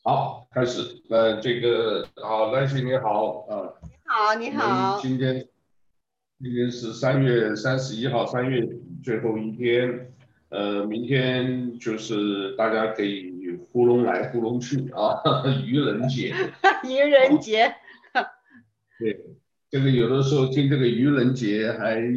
好，开始。这个好，兰溪你好好，你我们好。 今天是3月31号，3月底最后一天。明天就是大家可以糊弄来糊弄去啊，愚人节愚人啊。 节。 对，这个有的时候听这个愚人节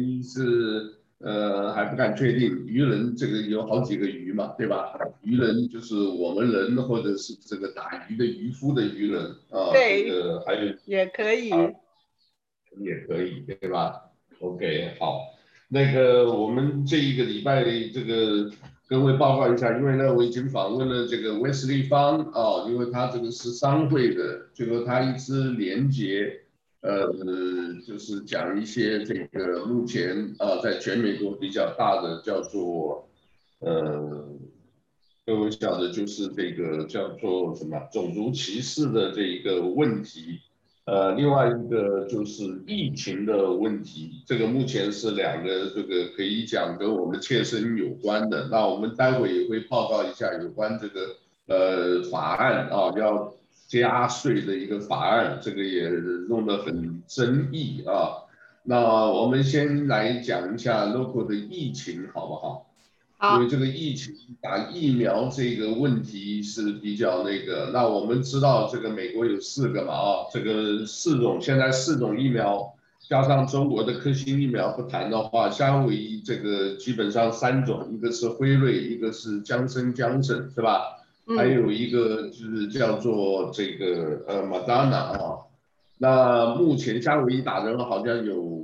还不敢确定，愚人这个有好几个鱼嘛，对吧？愚人就是我们人，或者是这个打鱼的渔夫的渔人啊，这对， 个还有也可啊以。 也可以，对吧？OK，好，那个我们这一个礼拜这个各位报告一下，因为呢我已经访问了这个威斯利方啊，因为他这个是商会的，就说他一支连接。就是讲一些这个目前在全美国比较大的叫做呃，各位晓得就是这个叫做什么种族歧视的这一个问题。另外一个就是疫情的问题，这个目前是两个这个可以讲跟我们切身有关的。那我们待会也会报告一下有关这个法案啊，要加税的一个法案，这个也弄得很争议啊。那我们先来讲一下 local 的疫情好不好？因为好。 这个疫情打疫苗这个问题是比较那个，那我们知道这个美国有4个嘛这个现在四种疫苗加上中国的科兴疫苗不谈的话，夏威夷这个基本上3种，一个是辉瑞，一个是江森是吧？还嗯。 有一个就是叫做这个Madonna 那目前夏威夷打的人好像有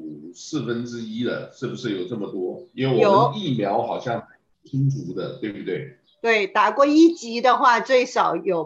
1/4了，是不是有这么多？因为我们有。 疫苗好像充足的，对不对？ 对，打过1剂的话，最少有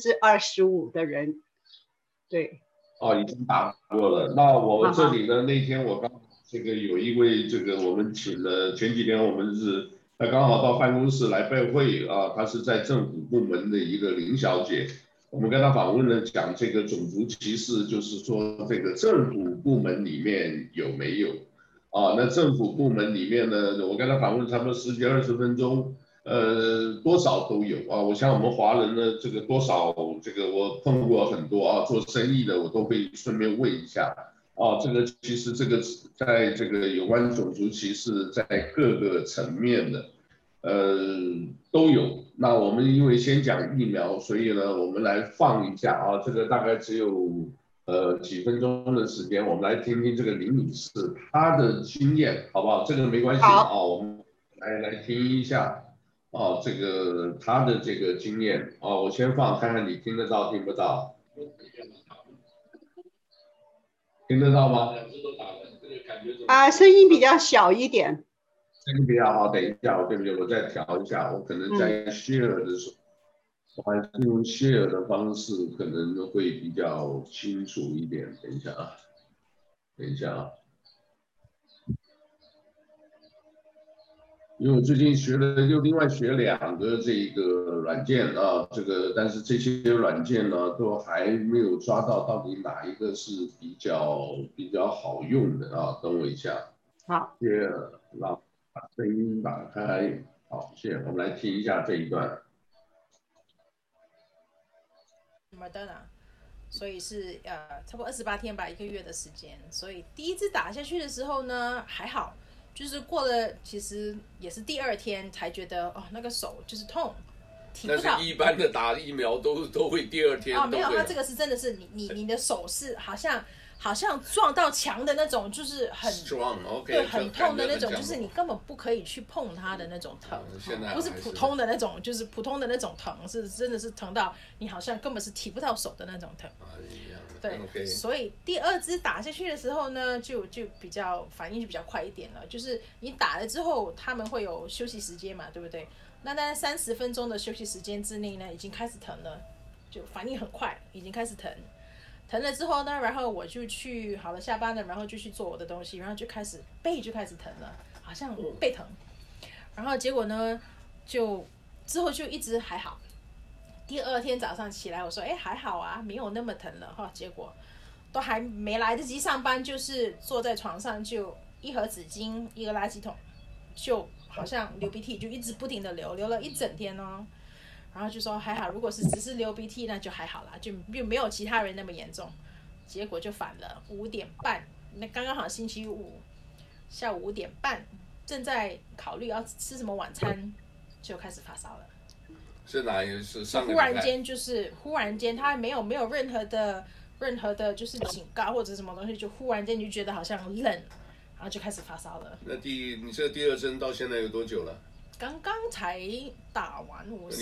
25%的人。对。 已经打过了。那我哈哈。 这里呢，那天我刚好这个有一位这个我们请了，前几天我们是他刚好到办公室来拜会啊，她是在政府部门的一个林小姐。我们跟她访问了，讲这个种族歧视，就是说这个政府部门里面有没有那政府部门里面呢，我跟她访问差不多十几20分钟。多少都有我像我们华人呢，这个多少这个我碰过很多做生意的我都会顺便问一下这个其实这个在这个有关种族歧视在各个层面的呃都有。那我们因为先讲疫苗，所以呢，我们来放一下这个大概只有几分钟的时间，我们来听听这个林女士她的经验，好不好？这个没关系的好。 我们来听一下。这个他的这个经验我先放看看你听得到听不到，听得到吗？ 声音比较小一点。 声音比较好，等一下，对不对？我再调一下，我可能嗯。 在 share 的时候，我还是用 share 的方式可能会比较清楚一点。等一下等一下因为我最近又另外学2个这个软件这个但是这些软件呢都还没有抓到底哪一个是比较好用的等我一下， 好。 谢让把声音打开，好，谢谢，我们来听一下这一段。 Moderna，所以是差不多28天吧，1个月的时间。所以第一支打下去的时候呢，还好，就是过了，其实也是第2天才觉得那个手就是痛，提不到。 那是一般的打疫苗都会第2天都会没有，他这个是真的是你的手是好像撞到墙的那种，就是很 strong， 对，很痛的那种，就是你根本不可以去碰它的那种疼，不是普通的那种，就是普通的那种疼，是真的是疼到你好像根本是提不到手的那种疼。对，所以第2支打下去的时候呢，就比较反应就比较快一点了。就是你打了之后，他们会有休息时间嘛，对不对？那在30分钟的休息时间之内呢，已经开始疼了，就反应很快，已经开始疼。疼了之后呢，然后我就去好了下班了，然后就去做我的东西，然后背就开始疼了，好像背疼。然后结果呢，之后就一直还好。第2天早上起来，我说还好啊，没有那么疼了结果都还没来得及上班，就是坐在床上就一盒纸巾，一个垃圾桶，就好像流鼻涕，就一直不停的流了一整天然后就说还好，如果只是流鼻涕那就还好啦，就没有其他人那么严重。结果就反了，5点半，那刚刚好星期五下午5点半，正在考虑要吃什么晚餐，就开始发烧了。 是哪一个？是上个忽然间就是忽然间，他没有任何的就是警告或者什么东西，就忽然间你就觉得好像冷，然后就开始发烧了。 那你这个第2针到现在有多久了？ 刚刚才打完，我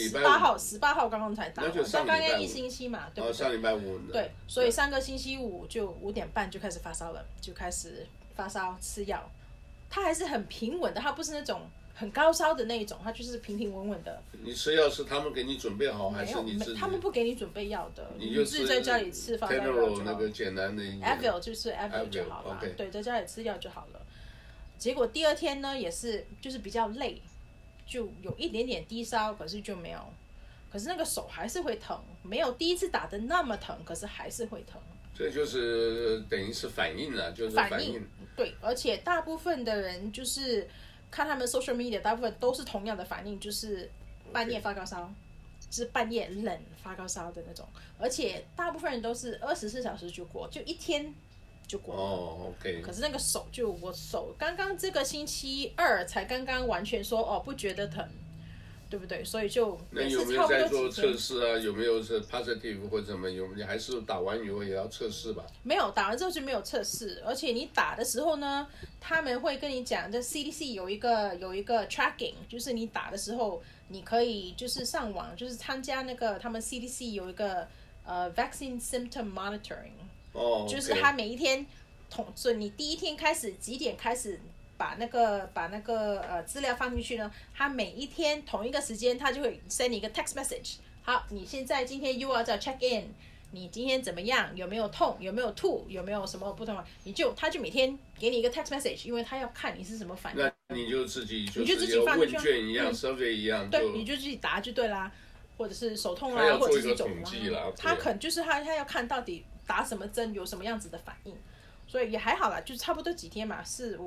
18 号刚刚才打完，刚刚1星期嘛，对不对？ 上礼拜5。 对，所以3个星期五就5点半就开始发烧了，就开始发烧吃药，它还是很平稳的，它不是那种很高烧的那一种，它就是平平稳稳的。 你吃药是他们给你准备好，还是你自己？ 他们不给你准备药的， 你就自己在家里吃发烧药就好。 那个简单的 Advil 就是 Advil 就好了，对，在家里吃药就好了。结果第2天呢，也是就是比较累。就有一点点低烧，可是就没有，可是那个手还是会疼，没有第1次打的那么疼，可是还是会疼。 这就是等于是反应了，就是反应。 对，而且大部分的人就是看他们 social media， 大部分都是同样的反应，就是半夜发高烧，是半夜冷发高烧的那种，而且大部分人都是24小时就过，就1天。就过了。 OK。 可是那个我手刚刚这个星期2才刚刚完全说不觉得疼，对不对？所以就那有没有在做测试啊？有没有是 positive 或者什么？你还是打完以后也要测试吧？ 没有，打完之后就没有测试，而且你打的时候呢，他们会跟你讲，这 CDC 有一个 tracking， 就是你打的时候，你可以就是上网，就是参加那个他们 CDC 有一个vaccine symptom monitoring。就是他每一天所以你第1天开始几点开始把那个资料放进去呢？他每一天同一个时间，他就会 send 你一个 text message。好，你今天又要再 check in， 你今天怎么样？有没有痛？有没有吐？有没有什么不同？他就每天给你一个 text message， 因为他要看你是什么反应。 那你就自己就是问卷一样 survey 一样， 对，你就自己答就对啦，或者是手痛啦， 或者是肿啦。 他可能就是他要看到底打什么针有什么样子的反应，所以也还好啦，就是差不多几天嘛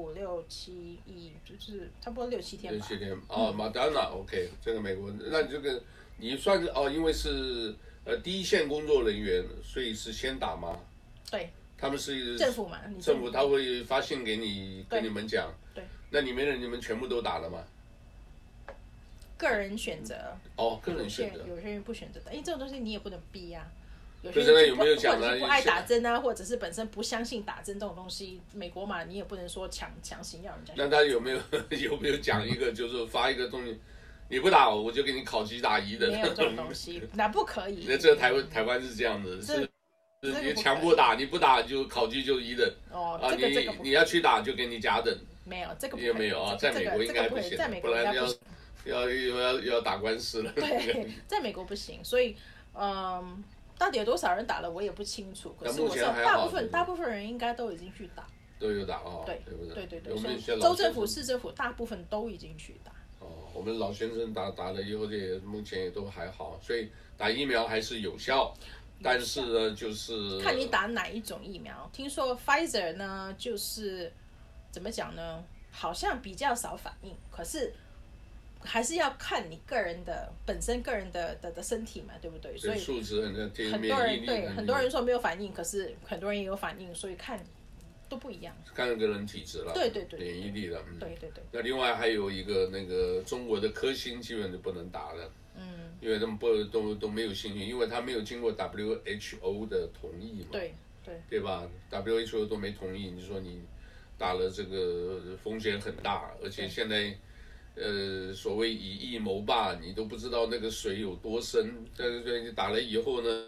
，4、5、6、7、1，就是差不多6、7天吧。 6、7天马丹娜 OK， 这个美国，那这个你算是因为是第一线工作人员，所以是先打吗？ 对。 他们是政府嘛？ 政府他会发信给你，跟你们讲。 对。 那里面的你们全部都打了吗？ 个人选择。 个人选择。 有些人不选择的，因为这种东西你也不能逼啊。 有些人有没有讲呢？ 不爱打针啊，或者是本身不相信打针这种东西，美国嘛，你也不能说强行要人家。 那他有没有讲一个，就是发一个东西，你不打我就给你考级打1的？ 没有这种东西，那不可以。 那这台湾是这样的，是你强迫打，你不打就考级就1等。你要去打就给你甲等。 没有这个也没有啊，在美国应该不行，不然要打官司了。 对，在美国不行，所以到底有多少人打了我也不清楚，可是我知道大部分人应该都已经去打， 都有打对， 我们州政府、市政府大部分都已经去打。 我们老先生打了以后目前也都还好，所以打疫苗还是有效，但是呢就是看你打哪一种疫苗。听说 Pfizer 呢就是怎么讲呢，好像比较少反应，可是还是要看你本身个人的身体嘛，对不对？所以数值很多人说没有反应，可是很多人也有反应，所以看都不一样。 看个人体质了， 对， 免疫力了， 对。 那另外还有一个那个中国的科兴基本就不能打了，因为他们都没有兴趣，因为他没有经过 WHO 的同意嘛，对吧 ？WHO 都没同意，你说你打了这个风险很大，而且现在。所谓以疫谋霸，你都不知道那个水有多深。你打了以后呢，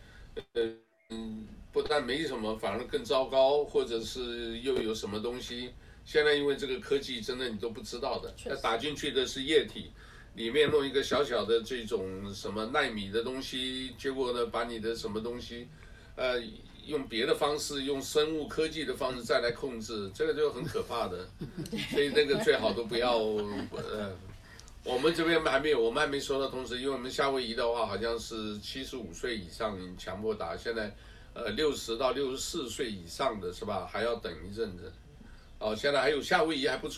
不但没什么，反而更糟糕，或者是又有什么东西。现在因为这个科技，真的你都不知道的。它打进去的是液体，里面弄一个小小的这种什么奈米的东西，结果呢，把你的什么东西，用别的方式，用生物科技的方式再来控制，这个就很可怕的，所以那个最好都不要。我们这边还没有，我们还没收到通知，因为我们夏威夷的话，好像是75岁以上你强迫打，现在60到64岁以上的是吧，还要等一阵子。现在还有夏威夷还不错，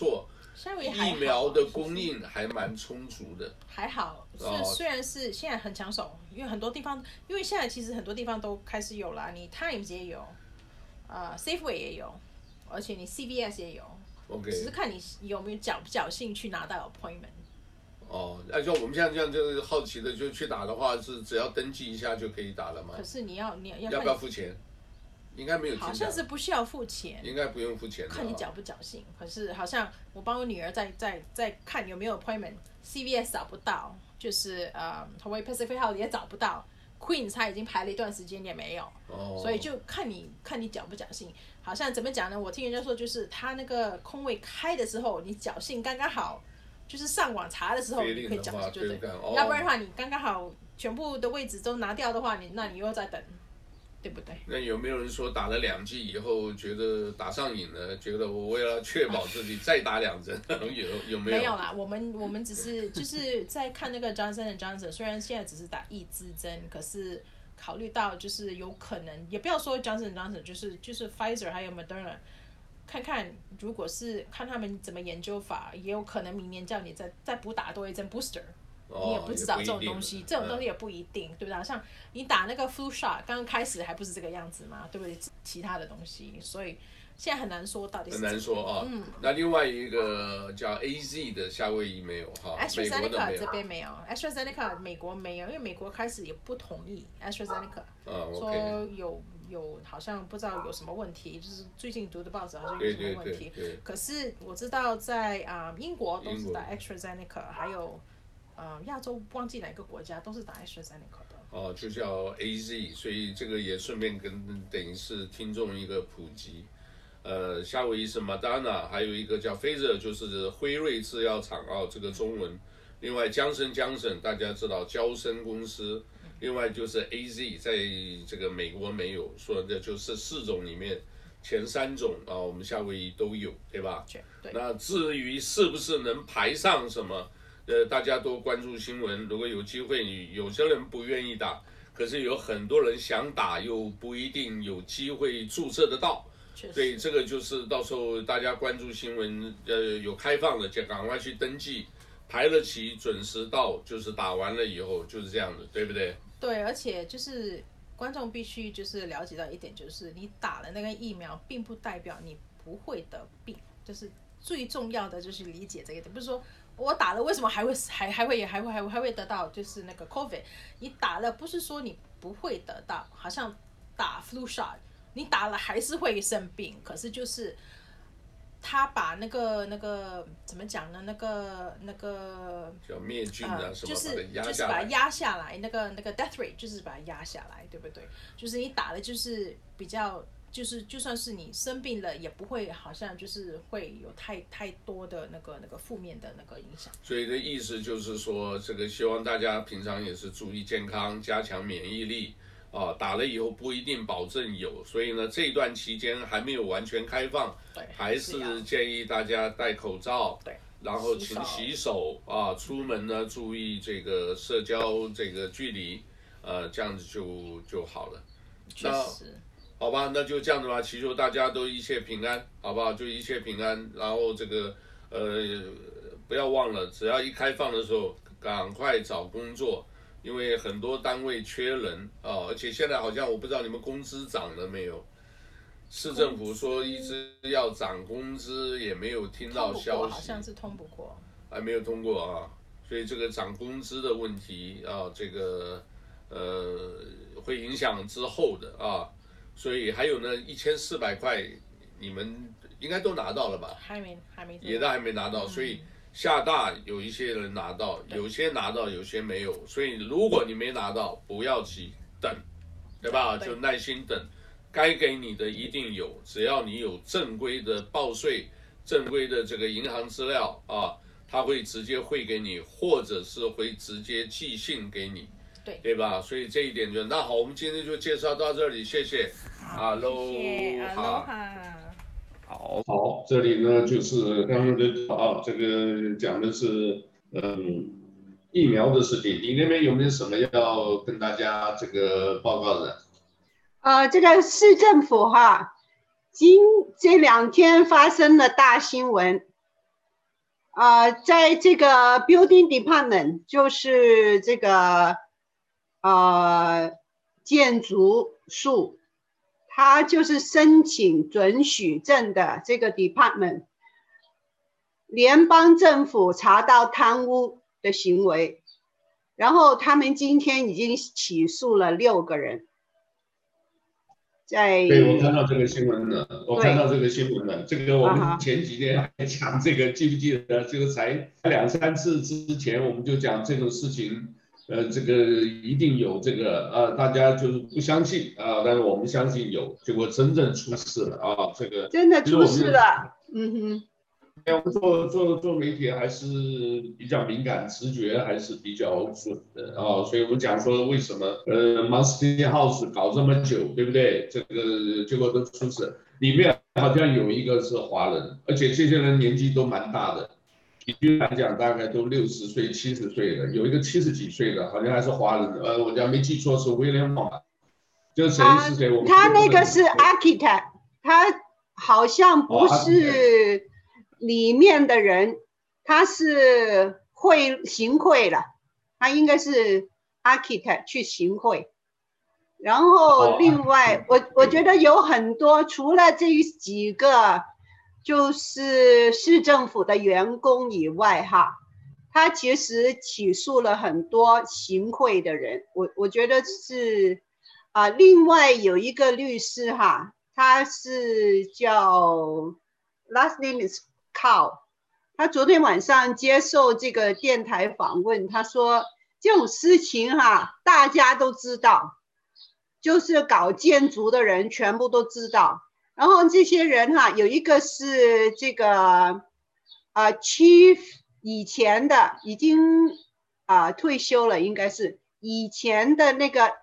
疫苗的供应还蛮充足的， 还好。虽然是现在很抢手，因为很多地方，因为现在其实很多地方都开始有了，你 Times 也有，Safeway 也有，而且你 CVS 也有。 OK， 只是看你有没有侥幸去拿到 appointment。 按照我们现在这样就是好奇的，就去打的话，是只要登记一下就可以打了吗？ 可是你要不要付钱？应该没有。 好像是不需要付钱。 应该不用付钱。 看你侥不侥幸。可是好像我帮我女儿在看有没有 appointment，CVS 找不到，就是Hawaii Pacific Health 也找不到。Queens 他已经排了一段时间也没有，所以就看你侥不侥幸。好像怎么讲呢？我听人家说，就是他那个空位开的时候，你侥幸刚刚好，就是上网查的时候你可以侥幸，就对。要不然的话，你刚刚好全部的位置都拿掉的话，那你又要再等。对不对？ 那有没有人说打了2剂以后觉得打上瘾了，觉得我为了确保自己再打2针，有没有？ 没有啦，我们只是就是在看那个 Johnson & Johnson， 虽然现在只是打1支针，可是考虑到就是有可能，也不要说 Johnson & Johnson， 就是 Pfizer 还有 Moderna， 看看如果是看他们怎么研究法，也有可能明年叫你再补打多1针 booster。你也不知道这种东西，这种东西也不一定，对不对？像你打那个 flu shot， 刚刚开始还不是这个样子嘛，对不对？其他的东西，所以现在很难说到底是很难说啊。那另外一个叫 AZ 的夏威夷没有哈 ，AstraZeneca 这边没有 ，AstraZeneca 美国没有，因为美国开始也不同意 AstraZeneca，说有好像不知道有什么问题，就是最近读的报纸好像有什么问题。可是我知道在英国都是打 AstraZeneca， 还有。亚洲忘记哪个国家都是打 AstraZeneca 的。 就叫 AZ， 所以这个也顺便等于是听众一个普及。夏威夷是 Moderna， 还有一个叫 Pfizer， 就是辉瑞制药厂这个中文。另外江森大家知道交生公司，另外就是 AZ， 在这个美国没有，说的就是4种里面前3种我们夏威夷都有，对吧？ 对。 那至于是不是能排上什么？大家多关注新闻。如果有机会，有些人不愿意打，可是有很多人想打，又不一定有机会注册得到。所以这个就是到时候大家关注新闻，有开放的就赶快去登记，排得齐，准时到，就是打完了以后就是这样的，对不对？ 对，而且就是观众必须就是了解到一点，就是你打了那个疫苗，并不代表你不会得病，就是最重要的就是理解这一点，不是说。我打了，为什么还会得到就是那个 COVID？ 你打了不是说你不会得到，好像打 flu shot， 你打了还是会生病，可是就是他把那个怎么讲呢？那个叫灭菌什么， 就是把它压下来，那个 death rate 就是把它压下来，对不对？就是你打了就是比较。就是就算是你生病了，也不会好像就是会有太多的那个负面的那个影响。 所以的意思就是说，这个希望大家平常也是注意健康，加强免疫力打了以后不一定保证有，所以呢这一段期间还没有完全开放，还是建议大家戴口罩，然后勤洗手出门呢注意这个社交这个距离，这样子就好了。 确实。 好吧，那就这样子吧，祈求大家都一切平安，好不好？就一切平安，然后这个不要忘了，只要一开放的时候，赶快找工作，因为很多单位缺人而且现在好像我不知道你们工资涨了没有，市政府说一直要涨工资，也没有听到消息， 好像是通不过， 还没有通过所以这个涨工资的问题这个会影响之后的所以还有呢，1400块，你们应该都拿到了吧？ 还没， 也都还没拿到，所以厦大有一些人拿到，有些拿到，有些没有。所以如果你没拿到，不要急，等，对吧？就耐心等，该给你的一定有，只要你有正规的报税、正规的这个银行资料他会直接汇给你，或者是会直接寄信给你。对吧？所以这一点就那好，我们今天就介绍到这里，谢谢。 好，这里呢就是刚刚这个讲的是疫苗的事情，你那边有没有什么要跟大家这个报告的？ 这个市政府这2天发生了大新闻， 在这个 building department 就是这个建筑署，它就是申请准许证的这个 department， 联邦政府查到贪污的行为，然后他们今天已经起诉了6个人。 对，我看到这个新闻了，这个我们前几天还讲这个，记不记得？这个才2、3次之前我们就讲这种事情，这个一定有这个大家就是不相信但是我们相信有，结果真正出事了这个真的出事了， 我们做媒体还是比较敏感，直觉还是比较准的所以我们讲说为什么Musty House 搞这么久，对不对？这个结果都出事，里面好像有一个是华人，而且这些人年纪都蛮大的，平均来讲大概都60岁、70岁了，有一个70几岁的，好像还是华人，我讲没记错是威廉旺吧？就谁是谁？ 他那个是 architect， 他好像不是。里面的人他是行贿了，他应该是 architect 去行贿，然后另外我觉得有很多除了这几个就是市政府的员工以外他其实起诉了很多行贿的人，我觉得是另外有一个律师他是叫 last name is Cow， 他昨天晚上接受这个电台访问，他说这种事情大家都知道，就是搞建筑的人全部都知道，然后这些人有一个是这个chief 以前的已经退休了，应该是以前的那个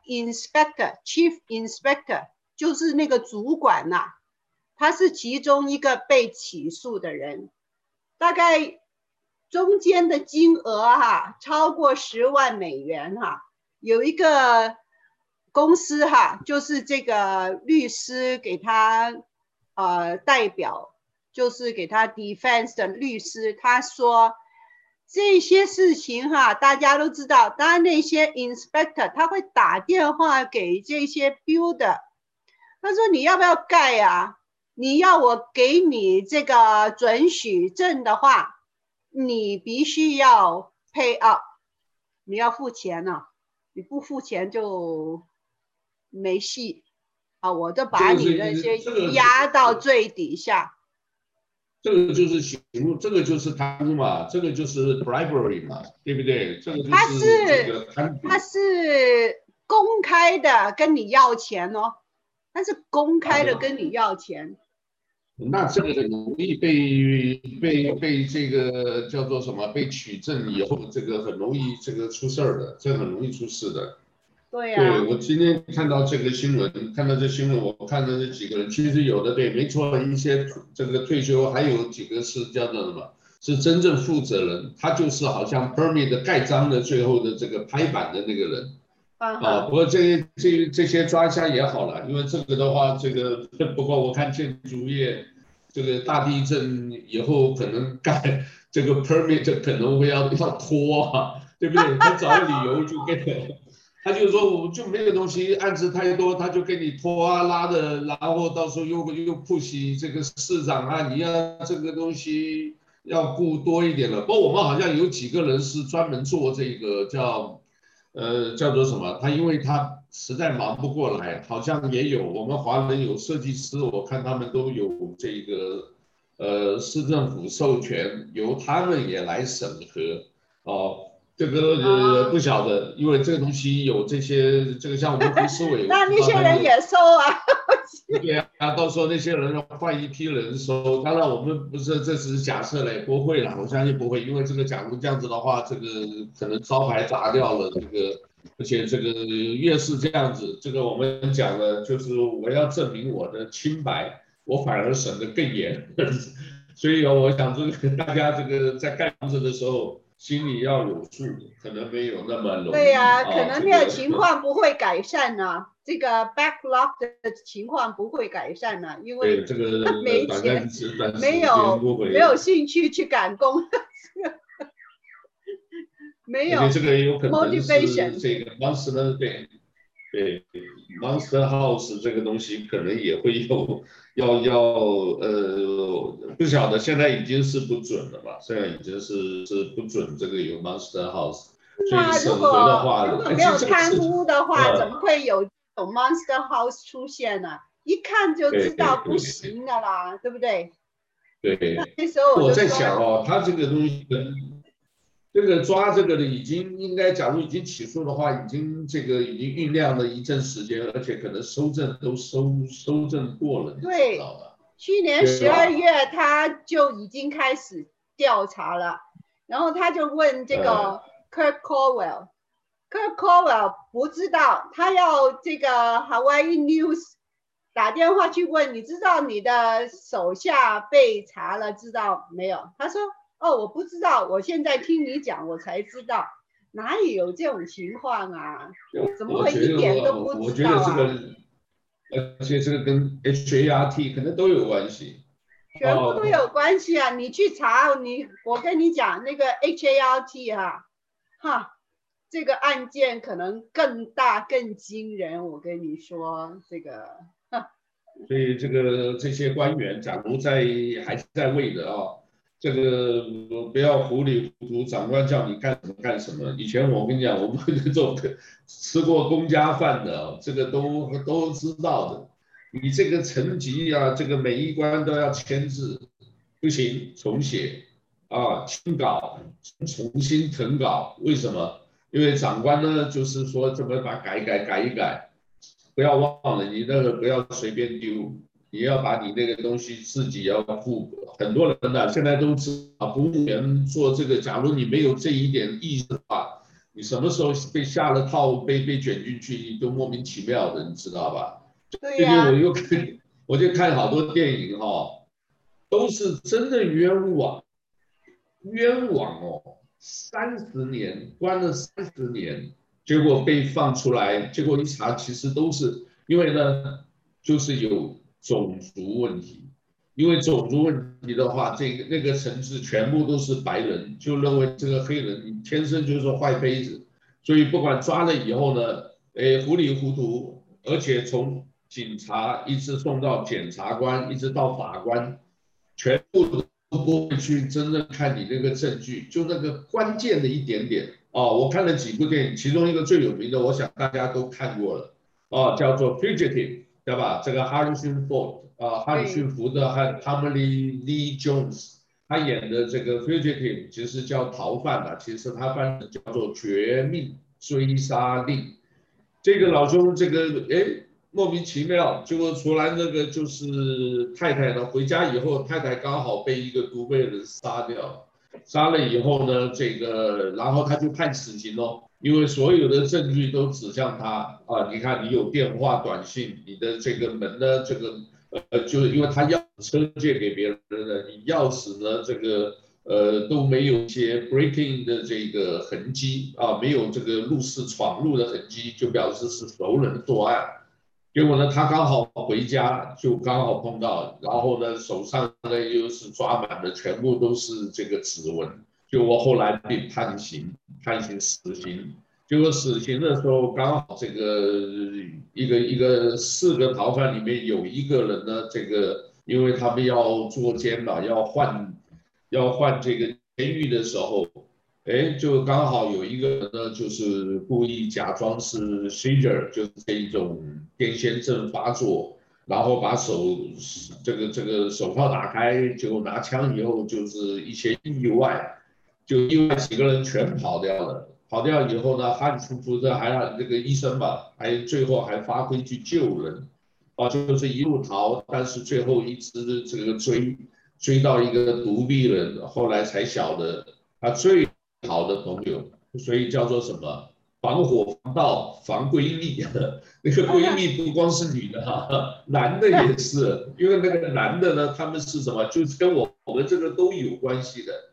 chief inspector 就是那个主管他是其中一个被起诉的人，大概中间的金额超过10万美元有一个公司就是这个律师给他代表，就是给他 defense 的律师，他说这些事情大家都知道，当然那些 inspector 他会打电话给这些 builder， 他说你要不要盖你要我给你这个准许证的话，你必须要 pay up， 你要付钱你不付钱就没戏我就把你那些压到最底下。 这个就是行贿，这个就是贪污嘛，这个就是 bribery 嘛，对不对？这个就是这个贪。 他是公开的跟你要钱他是公开的跟你要钱。 那这个很容易被这个叫做什么？被取证以后，这个很容易这个出事儿的，这个很容易出事的。 对对，我今天看到这个新闻，我看到这几个人，其实有的对，没错，一些这个退休，还有几个是叫做什么？是真正负责人，他就是好像 permit 的盖章的最后的这个拍板的那个人。不过这些抓一下也好了，因为这个的话，不过我看建筑业这个大地震以后可能盖这个 permit 可能会要拖对不对？他找个理由就他就说我就没有东西，案子太多，他就给你拖拉的，然后到时候又push这个市长你要这个东西要顾多一点了。不过我们好像有几个人是专门做这个叫做什么？因为他实在忙不过来，好像也有我们华人有设计师，我看他们都有这个市政府授权，由他们也来审核这个不晓得，因为这个东西有这个像我们公司委那些人也收对到时候那些人换一批人收，当然我们不是，这只是假设嘞，不会啦，我相信不会，因为假如这样子的话，这个可能招牌砸掉了，而且这个越是这样子，这个我们讲的就是我要证明我的清白，我反而审得更严，所以我想大家这个在盖房子的时候。 心里要有数，可能没有那么容易。 对呀，可能这个情况况不会改善呢，这个 backlog 的情况不会改善呢，因为这个没钱，没有兴趣去赶工，没有 motivation。 而且这个有可能是这个 Monster 对 Monster House 这个东西可能也会有不晓得，现在已经是不准了吧？现在已经是不准这个有 Monster House。 那如果没有贪污的话，怎么会有这种 Monster House 出现呢？一看就知道不行的啦，对不对？ 对。 那时候我在想哦，他这个东西这个抓这个的已经应该，假如已经起诉的话，已经酝酿了一阵时间，而且可能收证都收证过了，你知道吧？ 去年12月他就已经开始调查了，然后他就问这个 Kurt Caldwell，Kurt Caldwell 不知道，他要这个 Hawaii News 打电话去问，你知道你的手下被查了，知道没有？他说。哦，我不知道，我现在听你讲，我才知道，哪里有这种情况啊？怎么会一点都不知道啊？ 我觉得这个，而且这个跟 HART 可能都有关系， 全部都有关系啊！你去查，我跟你讲，那个 HART 这个案件可能更大更惊人，我跟你说这个。 所以这些官员，假如还在位的这个不要糊里糊涂，长官叫你干什么干什么。以前我跟你讲，我们这种吃过公家饭的，这个都知道的。你这个层级啊，这个每一关都要签字，不行重写清稿，重新誊稿。为什么？因为长官呢，就是说怎么把改一改，不要忘了你那个不要随便丢。你要把你那个东西自己要负，很多人呢现在都知道，公务员做这个，假如你没有这一点意识的话，你什么时候被下了套，被卷进去，你都莫名其妙的，你知道吧？ 对呀。 我就看好多电影都是真的冤枉30年关了30年，结果被放出来，结果一查，其实都是因为呢，就是有种族问题，因为种族问题的话，那个层次全部都是白人，就认为这个黑人你天生就是坏胚子，所以不管抓了以后呢，糊里糊涂，而且从警察一直送到检察官，一直到法官，全部都不会去真正看你那个证据，就那个关键的一点点我看了几部电影，其中一个最有名的，我想大家都看过了叫做 Fugitive。对吧？这个哈里逊福特和 Tommy Lee Jones 他演的这个 Fugitive 其实叫逃犯嘛，其实他翻译叫做绝命追杀令。这个老兄莫名其妙，结果出来那个就是太太呢，回家以后太太刚好被一个独辈人杀掉，杀了以后呢，然后他就判死刑因为所有的证据都指向他你看你有电话短信，你的这个门呢，就是因为他钥匙借给别人的，你钥匙呢都没有一些 breaking 的这个痕迹没有这个入室闯入的痕迹，就表示是熟人作案。结果呢，他刚好回家就刚好碰到，然后呢手上呢又是抓满了，全部都是这个指纹。结果后来被判刑死刑。结果死刑的时候，刚好这个一个4个逃犯里面有一个人呢，因为他们要坐监嘛，要换这个监狱的时候，就刚好有一个人呢，就是故意假装是 seizure， 就是这一种癫痫症发作，然后把这个手铐打开，就拿枪以后就是一些意外几个人全跑掉了。跑掉以后呢，哈里逊福特还让这个医生吧，最后还发挥去救人，就是一路逃，但是最后一直这个追到一个独臂人，后来才晓得他最好的朋友，所以叫做什么防火防盗防闺蜜那个闺蜜不光是女的男的也是，因为那个男的呢，他们是什么，就是跟我们这个都有关系的。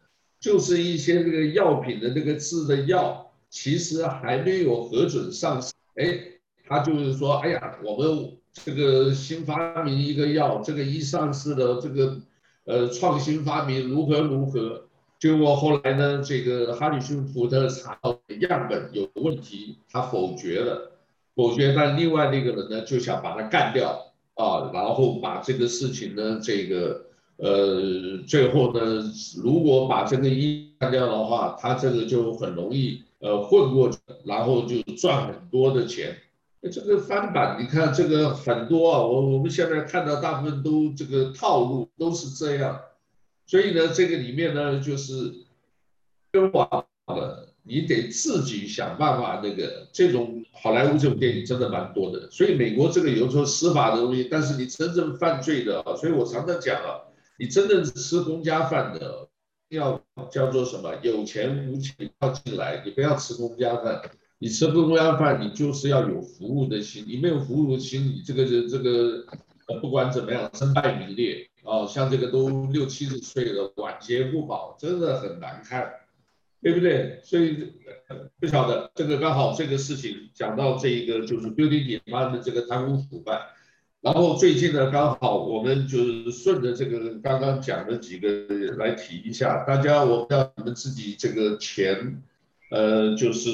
就是一些这个药品的那个字的药，其实还没有核准上市，哎，他就是说，哎呀，我们这个新发明一个药，这个一上市的这个创新发明如何如何，结果后来呢，这个哈里逊福特查到样本有问题，他否决了，但另外那个人呢就想把他干掉啊，然后把这个事情呢，这个最后呢，如果把这个干掉的话，他这个就很容易混过去，然后就赚很多的钱。这个翻版，你看这个很多啊，我们现在看到大部分都这个套路都是这样，所以呢，这个里面呢就是跟网了，你得自己想办法。那个这种好莱坞这种电影真的蛮多的，所以美国这个有时候司法的东西，但是你真正犯罪的啊，所以我常常讲啊，你真正吃公家饭的，要叫做什么？有钱无钱要进来，你不要吃公家饭。你吃公家饭，你就是要有服务的心，你没有服务的心，你这个不管怎么样，身败名裂啊，像这个都60、70岁了，晚节不保，真的很难看，对不对？所以不晓得这个刚好这个事情讲到这一个就是 building demand 的这个贪污腐败，然后最近呢刚好我们就是顺着这个刚刚讲的几个来提一下，大家我不知道你们自己这个钱。就是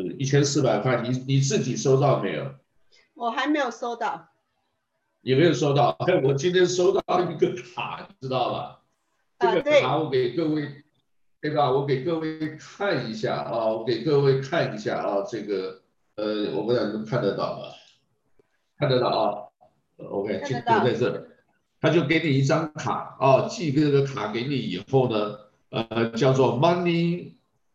1400块，你自己收到没有？ 我还没有收到。 也没有收到。我今天收到一个卡，知道吧？这个卡我给各位，对吧？我给各位看一下啊，这个我不知道你们看得到吗？看得到啊 ？OK， 就在这里，他就给你一张卡啊，寄这个卡给你以后呢，叫做 Money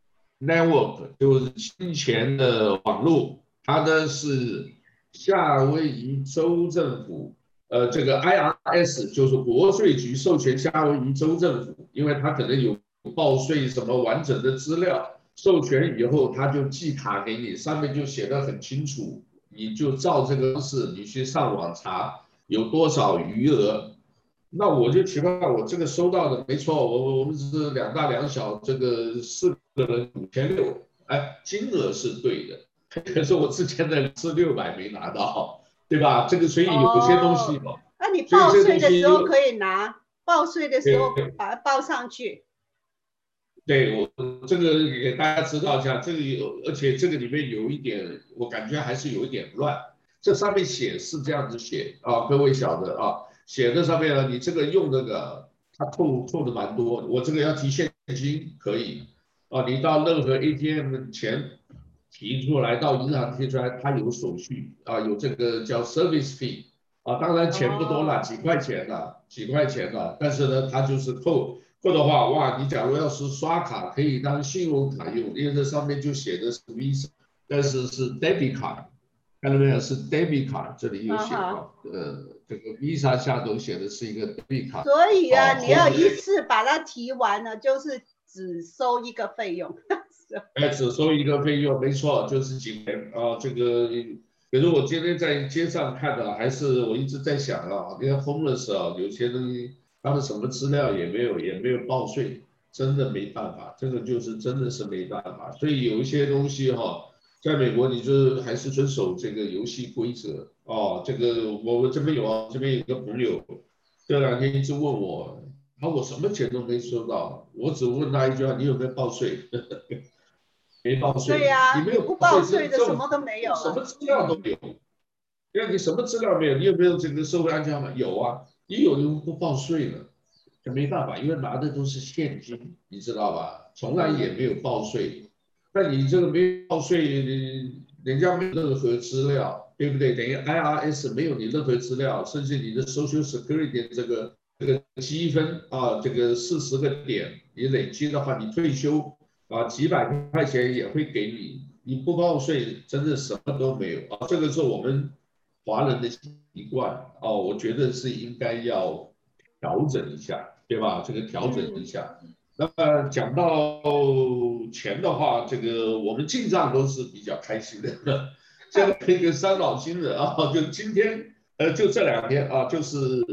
Network， 就是金钱的网络，它呢是夏威夷州政府，这个 IRS 就是国税局授权夏威夷州政府，因为它可能有报税什么完整的资料，授权以后他就寄卡给你，上面就写得很清楚，你就照这个方式，你去上网查有多少余额。那我就奇怪，我这个收到的没错，我们是2大2小，这个4个人5600，哎，金额是对的，可是我之前的600没拿到，对吧？这个所以有些东西嘛， 那你报税的时候可以拿，报税的时候把它报上去。 对，我这个给大家知道一下，这个而且这个里面有一点，我感觉还是有一点乱。这上面写是这样子写啊，各位晓得啊。写在上面了，你这个用那个，它扣的蛮多。我这个要提现金可以啊，你到任何 ATM 钱提出来，到银行提出来，它有手续啊，有这个叫 service fee 啊，当然钱不多了，几块钱了，但是呢，它就是扣的话，哇，你假如要是刷卡可以当信用卡用，因为这上面就写的是 Visa， 但是是 debit card， 看到没有？是 debit card， 这里有写到，这个 Visa 下头写的是一个 debit card， 所以啊，你要一次把它提完了，就是只收一个费用。 只收一个费用，没错，就是几元啊。这个，可是我今天在街上看的，还是我一直在想啊，因为 homeless 啊，有些东西他们什么资料也没有报税，真的没办法，这个就是真的是没办法。所以有一些东西哈，在美国你就还是遵守这个游戏规则哦。这个我这边有啊，这边有一个朋友，这2天一直问我，我什么钱都没收到，我只问他一句话，你有没有报税？没报税， 对呀， 你没有不报税的什么都没有， 什么资料都没有。因为你什么资料没有，你有没有这个社会安全码？有啊，你有就不报税了，就没办法，因为拿的都是现金，你知道吧？从来也没有报税。那你这个没有报税，人家没有任何资料，对不对？等于 IRS 没有你任何资料，甚至你的 Social Security 这个积分啊，这个40个点，你累积的话，你退休啊几百块钱也会给你，你不报税真的什么都没有啊。这个是我们华人的习惯哦，我觉得是应该要调整一下，对吧？这个调整一下。那么讲到钱的话，这个我们进账都是比较开心的，像那个伤脑筋的啊，就今天就这2天啊，就是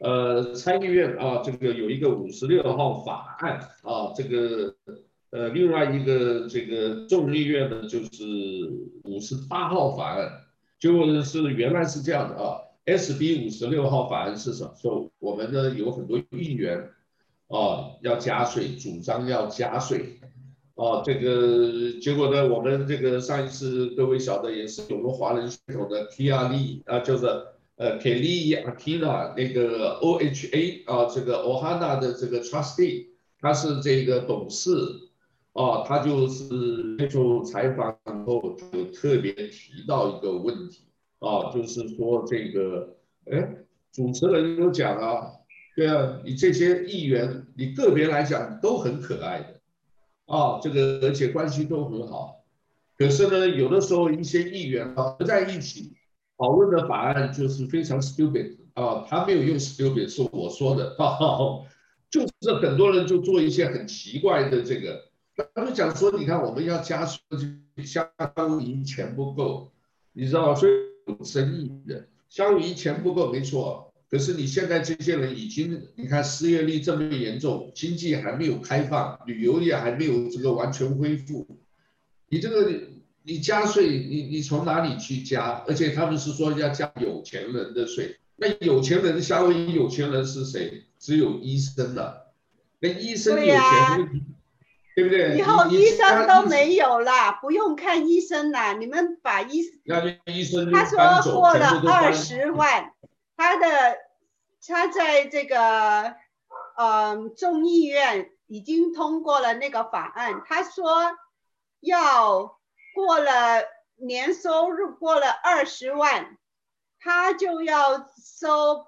参议院啊，这个有一个56号法案啊，这个另外一个这个众议院呢就是58号法案，结果呢是原来是这样的啊，SB 56号法案是什么？说我们呢有很多议员啊要加税，主张要加税。这个结果呢，我们这个上一次各位晓得也是有个华人血统的 Kiali 啊，就是Kelly Akina 那个 OHA 啊，这个 Ohana 的这个 Trustee， 他是这个董事他就是接受采访后就特别提到一个问题就是说这个主持人有讲啊，对啊，你这些议员你个别来讲都很可爱的。这个而且关系都很好，可是呢，有的时候一些议员合在一起讨论的法案就是非常 stupid 他没有用 stupid 是我说的就是很多人就做一些很奇怪的这个，他就讲说，你看我们要加税，相当于钱不够，你知道，所以有争议的，相当于钱不够没错。可是你现在这些人已经，你看失业率这么严重，经济还没有开放，旅游业还没有这个完全恢复，你这个你加税，你从哪里去加？而且他们是说要加有钱人的税，那有钱人夏威夷有钱人是谁？只有医生了，那医生有钱，对不对？ 以后医生都没有啦，不用看医生啦，你们把医生他说过了20万。他在这个众议院已经通过了那个法案，他说要过了年收入过了20万，他就要收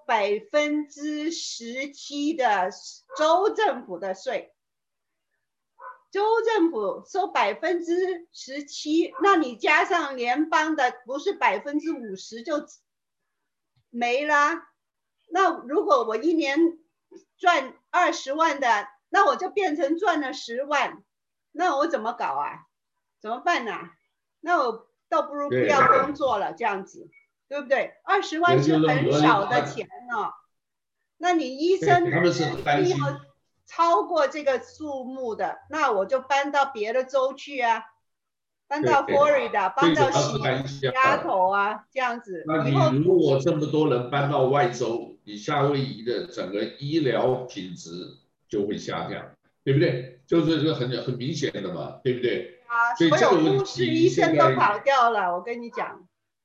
17%的州政府的税。州政府收17%，那你加上联邦的不是50%就没了。那如果我一年赚20万的，那我就变成赚了10万，那我怎么搞啊？怎么办啊？那我倒不如不要工作了，这样子，对不对？20万是很少的钱哦。那你医生一定要超过这个数目的，那我就搬到别的州去啊。搬到 Florida， 搬到西雅图啊，这样子。 那你如果这么多人搬到外州，你夏威夷的整个医疗品质就会下降，对不对？就是这个很明显的嘛，对不对？所以这个问题护士、医生都跑掉了，我跟你讲。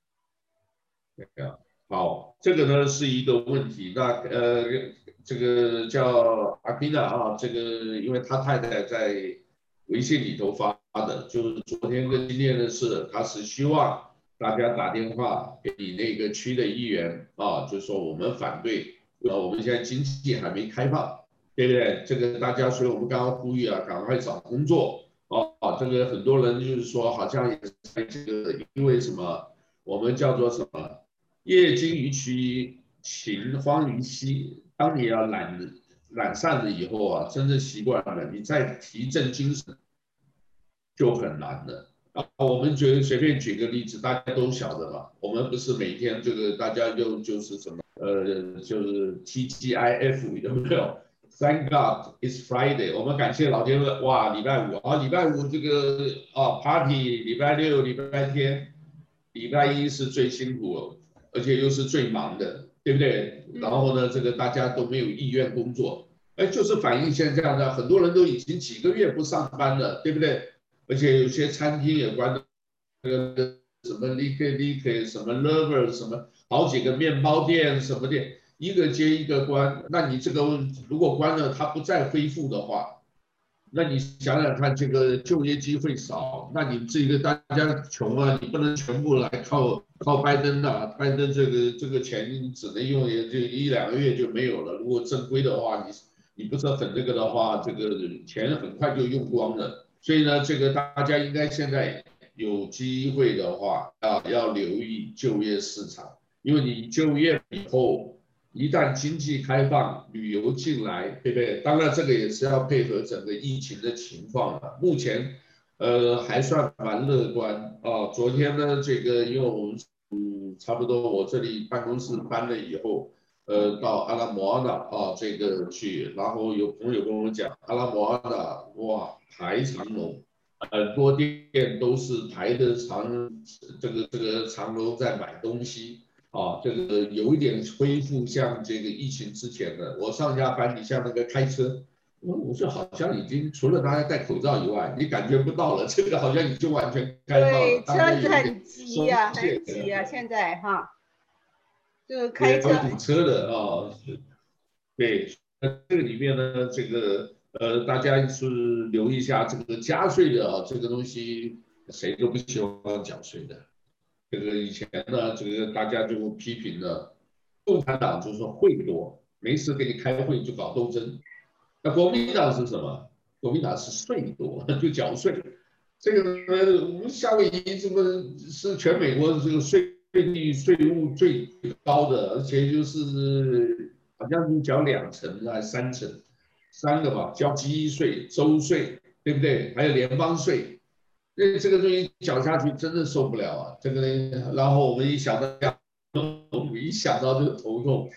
好，这个呢是一个问题。那这个叫阿宾娜这个因为他太太在微信里头发的，就是昨天跟今天的事，他是希望大家打电话给你那个区的议员就说我们反对，我们现在经济还没开放，对不对？这个大家，所以我们刚刚呼吁赶快找工作这个很多人就是说好像也是在这个因为什么，我们叫做什么业精于渠，勤荒于嬉，当你要懒散了以后真正习惯了，你再提振精神就很难了。我们随便举个例子，大家都晓得嘛。我们不是每天这个大家就是什么就是 TGIF 有没有 ？Thank God it's Friday， 我们感谢老天爷，哇，礼拜五这个party， 礼拜六、礼拜天、礼拜一是最辛苦，而且又是最忙的，对不对？然后呢，这个大家都没有意愿工作，就是反映现在呢，很多人都已经几个月不上班了，对不对？而且有些餐厅也关了，什么 Lick 什么 Lover 什么，好几个面包店什么店，一个接一个关。那你这个如果关了，它不再恢复的话，那你想想看，这个就业机会少，那你这个大家穷你不能全部来靠拜登拜登这个钱你只能用也就1-2个月就没有了。如果正规的话，你不是很这个的话，这个钱很快就用光了。所以呢，这个大家应该现在有机会的话要留意就业市场，因为你就业以后，一旦经济开放，旅游进来，对不对？当然这个也是要配合整个疫情的情况了。目前还算蛮乐观昨天呢，这个因为我们差不多我这里办公室搬了以后， 到阿拉莫阿纳啊这个去，然后有朋友跟我讲，阿拉莫阿纳哇排长龙，很多店都是排的这个长龙在买东西啊，这个有一点恢复像这个疫情之前的，我上下班你像那个开车。我说好像已经除了大家戴口罩以外，你感觉不到了，这个好像已经完全开放了。 对，车子很挤呀，很挤呀，现在哈，就开车。 堵车的啊，对，这个里面呢，这个大家是留意一下这个加税的啊，这个东西谁都不喜欢缴税的。这个以前呢，这个大家就批评了，共产党就是说会多，没事给你开会就搞斗争。那国民党是什么？国民党是税多，就缴税。这个我们夏威夷这个是全美国这个税率税务最高的，而且就是好像是缴2成还是3成，3个吧，交基税、州税，对不对？还有联邦税，这个东西缴下去真的受不了啊！这个，然后我们一想到就头痛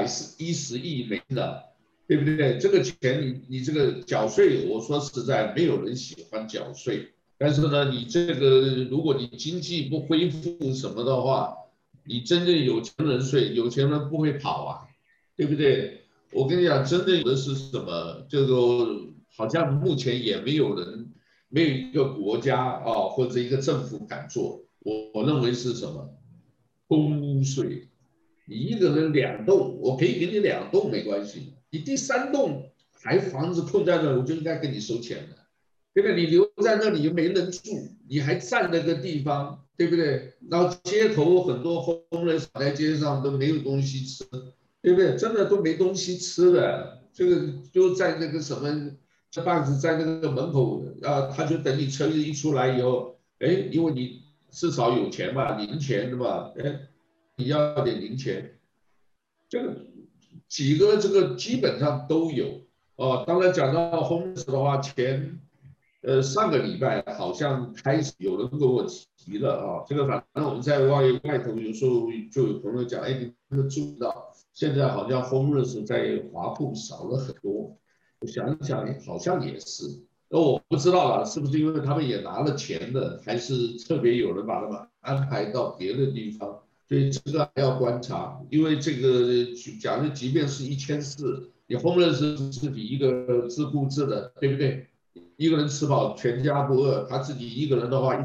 ，110亿美金的。对不对？这个钱你这个缴税，我说实在，没有人喜欢缴税。但是呢，你这个如果你经济不恢复什么的话，你真正有钱人税，有钱人不会跑啊，对不对？我跟你讲，真正有的是什么？这个好像目前也没有一个国家啊或者一个政府敢做。我认为是什么？空屋税。你一个人2栋，我可以给你2栋没关系。你第3栋还房子空在那，我就应该跟你收钱的，对不对？你留在那里又没人住，你还占了个地方，对不对？然后街头很多homeless在街上都没有东西吃，对不对？真的都没东西吃的，这个就在那个什么，这棒子在那个门口啊，他就等你车一出来以后，哎，因为你至少有钱嘛，零钱的嘛，哎，你要点零钱，这个。几个这个基本上都有哦。当然讲到 homeless 的话，上个礼拜好像开始有人跟我提了啊。这个反正我们在外头有时候就有朋友讲，哎，你们注意到现在好像 homeless 在华埠少了很多。我想一想，好像也是。我不知道了，是不是因为他们也拿了钱的，还是特别有人把他们安排到别的地方？所以这个还要观察，因为这个假如即便是1400，你homeless是比一个自顾自的，对不对？一个人吃饱全家不饿，他自己一个人的话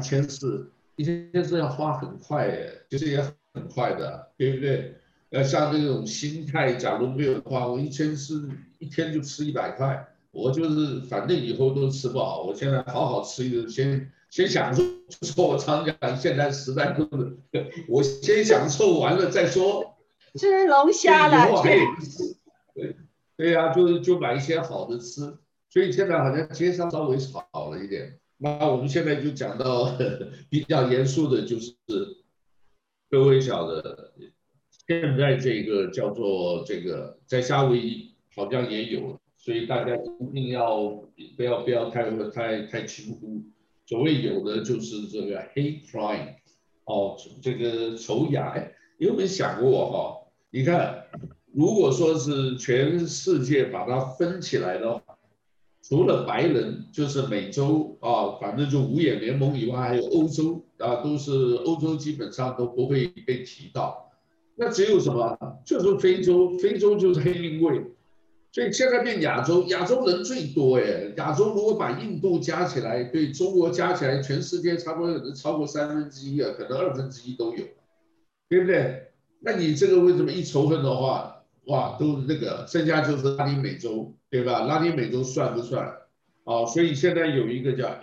，1400要花很快哎，就是也很快的，对不对？像这种心态，假如没有的话，我1400一天就吃100块，我就是反正以后都吃不好，我现在好好吃一个先享受，就是我常讲，现在时代就是，我先享受完了再说。 吃龙虾了， 对呀，就买一些好的吃，所以现在好像街上稍微好了一点。那我们现在就讲到比较严肃的，就是各位晓得，现在这个叫做这个在夏威夷好像也有，所以大家一定要不要太轻忽。所谓有的就是这个 hate crime， 哦，这个仇雅，哎，你有没有想过哈？你看，如果说是全世界把它分起来的话，除了白人就是美洲啊，反正就五眼联盟以外，还有欧洲啊，都是欧洲基本上都不会被提到。那只有什么？就是非洲，非洲就是黑命贵。所以现在变亚洲，亚洲人最多哎。亚洲如果把印度加起来，对中国加起来，全世界差不多有超过1/3啊，可能1/2都有，对不对？那你这个为什么一仇恨的话，哇，都那个，剩下就是拉丁美洲，对吧？拉丁美洲算不算？啊，所以现在有一个叫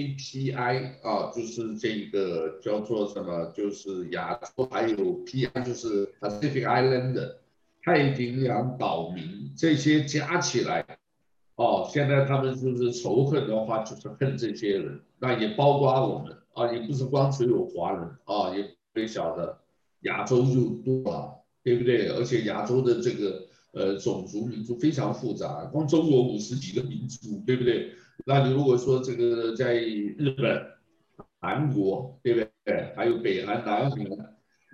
AAPI 啊，就是这个叫做什么？就是亚洲，还有 PI 就是 Pacific Island。太平洋岛民这些加起来，哦，现在他们就是仇恨的话，就是恨这些人，那也包括我们啊，也不是光只有华人啊，也不晓得亚洲就多了，对不对？而且亚洲的这个种族民族非常复杂，光中国50几个民族，对不对？那你如果说这个在日本、韩国，对不对？还有北韩、南韩。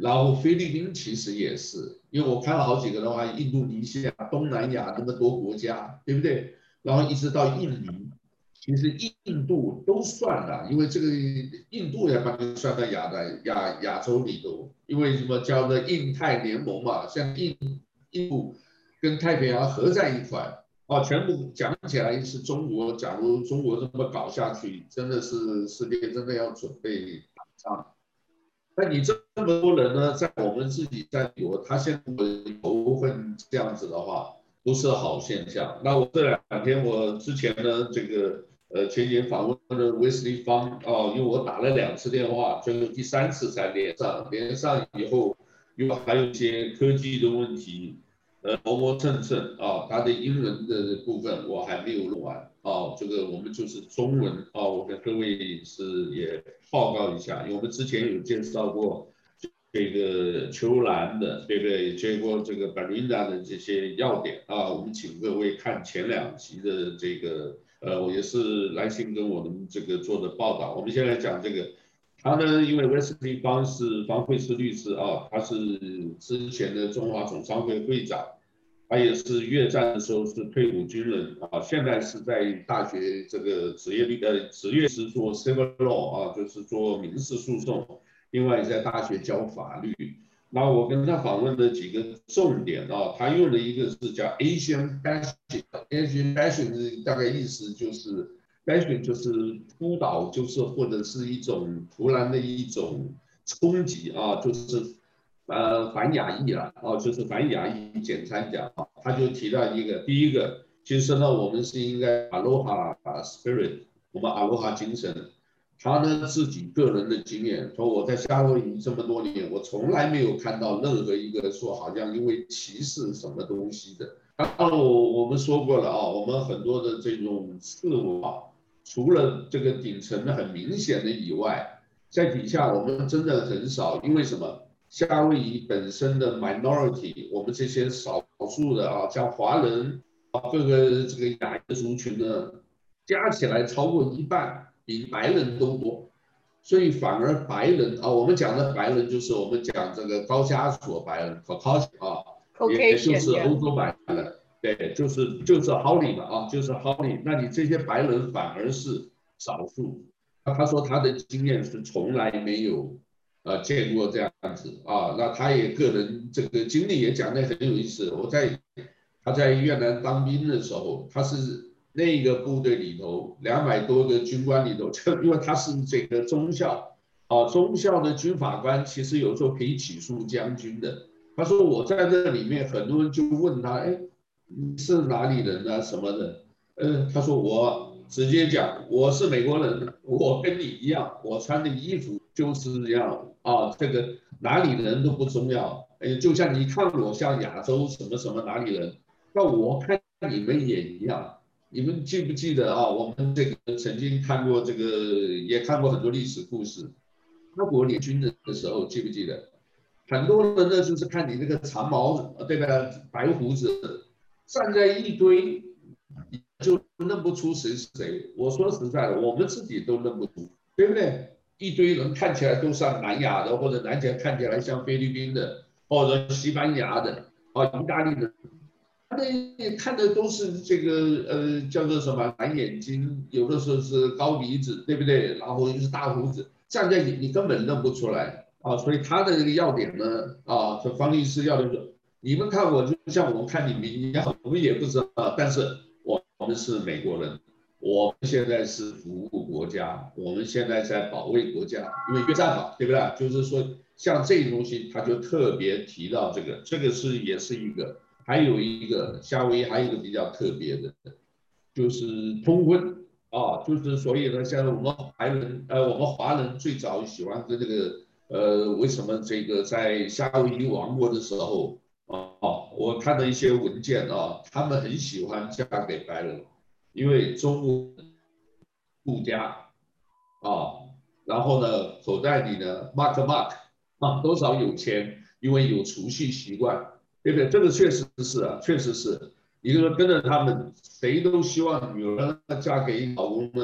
然后菲律宾其实也是，因为我看了好几个的话，印度尼西亚、东南亚那么多国家，对不对？然后一直到印尼，其实印度都算了，因为这个印度也把它算到亚洲里头，因为什么叫做印太联盟嘛，像印度跟太平洋合在一块。哦，全部讲起来是中国。假如中国这么搞下去，真的是世界真的要准备打仗。那你这么多人呢，在我们自己在美国，他现在仇恨这样子的话，不是好现象。那我这2天，我之前呢，这个前年访问了威斯利方哦，因为我打了2次电话，最后第3次才连上，连上以后又还有一些科技的问题。磨磨蹭蹭啊，他的英文的部分我还没有弄完啊，这个我们就是中文啊，我跟各位是也报告一下，因为我们之前有介绍过这个秋兰的，对不对？接过这个 Belinda 的这些要点啊，我们请各位看前2集的这个我也是来信跟我们这个做的报道。我们现在讲这个。他呢，因为威斯利方是方慧斯律师啊，他是之前的中华总商会会长，他也是越战的时候是退伍军人啊，现在是在大学这个职业师做 civil law 啊，就是做民事诉讼，另外也在大学教法律。那我跟他访问的几个重点啊，他用的一个是叫 Asian bashing，Asian bashing 大概意思就是。bashing 就是扑倒，就是或者是一种突然的一种冲击啊，就是反亚裔啦，哦，就是反亚裔，简单讲啊，他就提到一个，第一个，其实呢，我们是应该 Aloha spirit， 我们 Aloha 精神。他呢自己个人的经验，说我在夏威夷这么多年，我从来没有看到任何一个说好像因为歧视什么东西的。当然我们说过了啊，我们很多的这种次文化。除了这个顶层的很明显的以外，在底下我们真的很少，因为什么？夏威夷本身的 minority， 我们这些少数的啊，像华人啊，各个这个亚裔族群呢，加起来超过1半，比白人都多，所以反而白人啊，我们讲的白人就是我们讲这个高加索白人 Caucasian 啊，也就是欧洲白人。对，就是好礼嘛啊，就是好礼。那你这些白人反而是少数。他说他的经验是从来没有见过这样子啊。那他也个人这个经历也讲得很有意思。他在越南当兵的时候，他是那个部队里头200多个军官里头，因为他是这个中校啊，中校的军法官其实有时候可以起诉将军的。他说我在这里面，很多人就问他，哎。你是哪里人啊？什么的？他说我直接讲，我是美国人，我跟你一样，我穿的衣服就是这样啊。这个哪里人都不重要，就像你看我像亚洲什么什么哪里人，那我看你们也一样。你们记不记得啊？我们这个曾经看过这个，也看过很多历史故事。中国联军的时候，记不记得？很多人呢就是看你那个长毛，对吧？白胡子。站在一堆，就认不出谁是谁。我说实在的，我们自己都认不出，对不对？一堆人看起来都像南亚的，或者看起来像菲律宾的，或者西班牙的，啊，意大利的，他们看的都是这个叫做什么蓝眼睛，有的时候是高鼻子，对不对？然后又是大胡子，站在你根本认不出来啊。所以他的这个要点呢，啊，方律师要的是。你们看我就像我们看你们一样，我们也不知道，但是我们是美国人，我们现在是服务国家，我们现在在保卫国家，因为越战嘛，对不对？就是说像这东西，他就特别提到这个也是一个，还有一个夏威夷还有一个比较特别的，就是通婚啊，就是所以呢，像我们我们华人最早喜欢跟这个为什么这个在夏威夷王国的时候。我看了一些文件啊，他们很喜欢嫁给白人，因为中国顾家啊，然后呢，口袋里呢 mark 啊，多少有钱，因为有储蓄习惯，对不对？这个确实是啊，确实是。一个跟着他们，谁都希望女儿嫁给老公呢，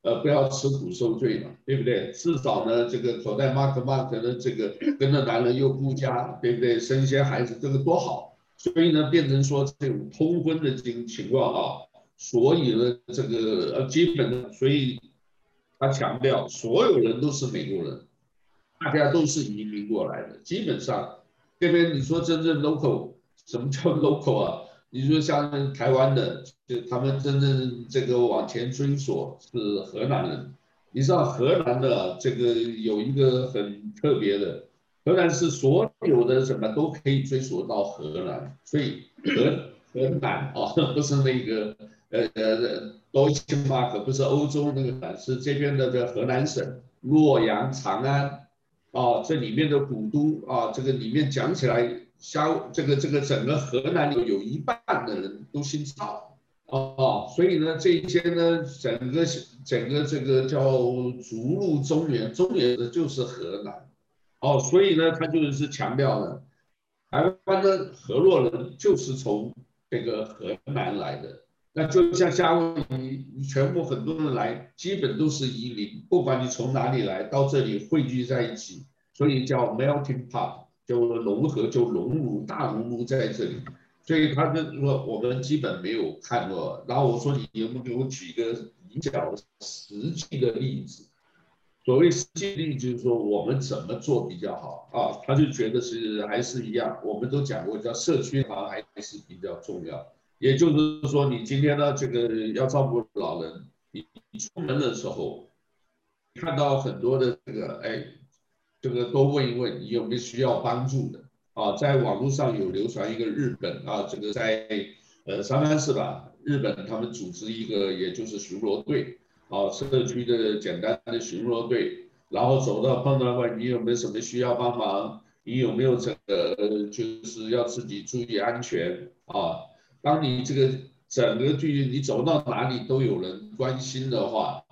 不要吃苦受罪嘛，对不对？至少呢，这个口袋 mark 呢，这个跟着男人又顾家，对不对？生些孩子，这个多好。所以呢，变成说这种通婚的情况啊，所以呢，这个基本的，所以他强调所有人都是美国人，大家都是移民过来的，基本上这边你说真正 local， 什么叫 local 啊？你说像台湾的，就他们真正这个往前追索是荷兰人。你知道荷兰的这个有一个很特别的，荷兰是所有的什么都可以追溯到荷兰，所以荷兰啊，不是那个Deutsche Mark， 不是欧洲那个版，是这边的这荷兰省洛阳、长安啊，这里面的古都啊，这个里面讲起来。这个整个荷兰有一半的人都姓赵哦，所以呢，这一些呢，整个这个叫逐鹿中原，中原的就是荷兰哦，所以呢，他就是强调了台湾的河洛人就是从这个荷兰来的，那就像夏威夷，全部很多人来，基本都是移民，不管你从哪里来，到这里汇聚在一起，所以叫 melting pot。就融合，就融入大熔炉在这里，所以他就说我们基本没有看过。然后我说你有没有给我举一个比较实际的例子？所谓实际例子就是说我们怎么做比较好啊？他就觉得是还是一样，我们都讲过叫社区行还是比较重要。也就是说，你今天呢这个要照顾老人，你出门的时候看到很多的这个这个多问一问，你有没有需要帮助的啊？在网络上有流传一个日本啊，这个在三藩市吧，日本他们组织一个也就是巡逻队啊，社区的简单的巡逻队，然后走到碰到问你有没有什么需要帮忙，你有没有这个就是要自己注意安全啊？当你这个整个距你走到哪里都有人关心的话，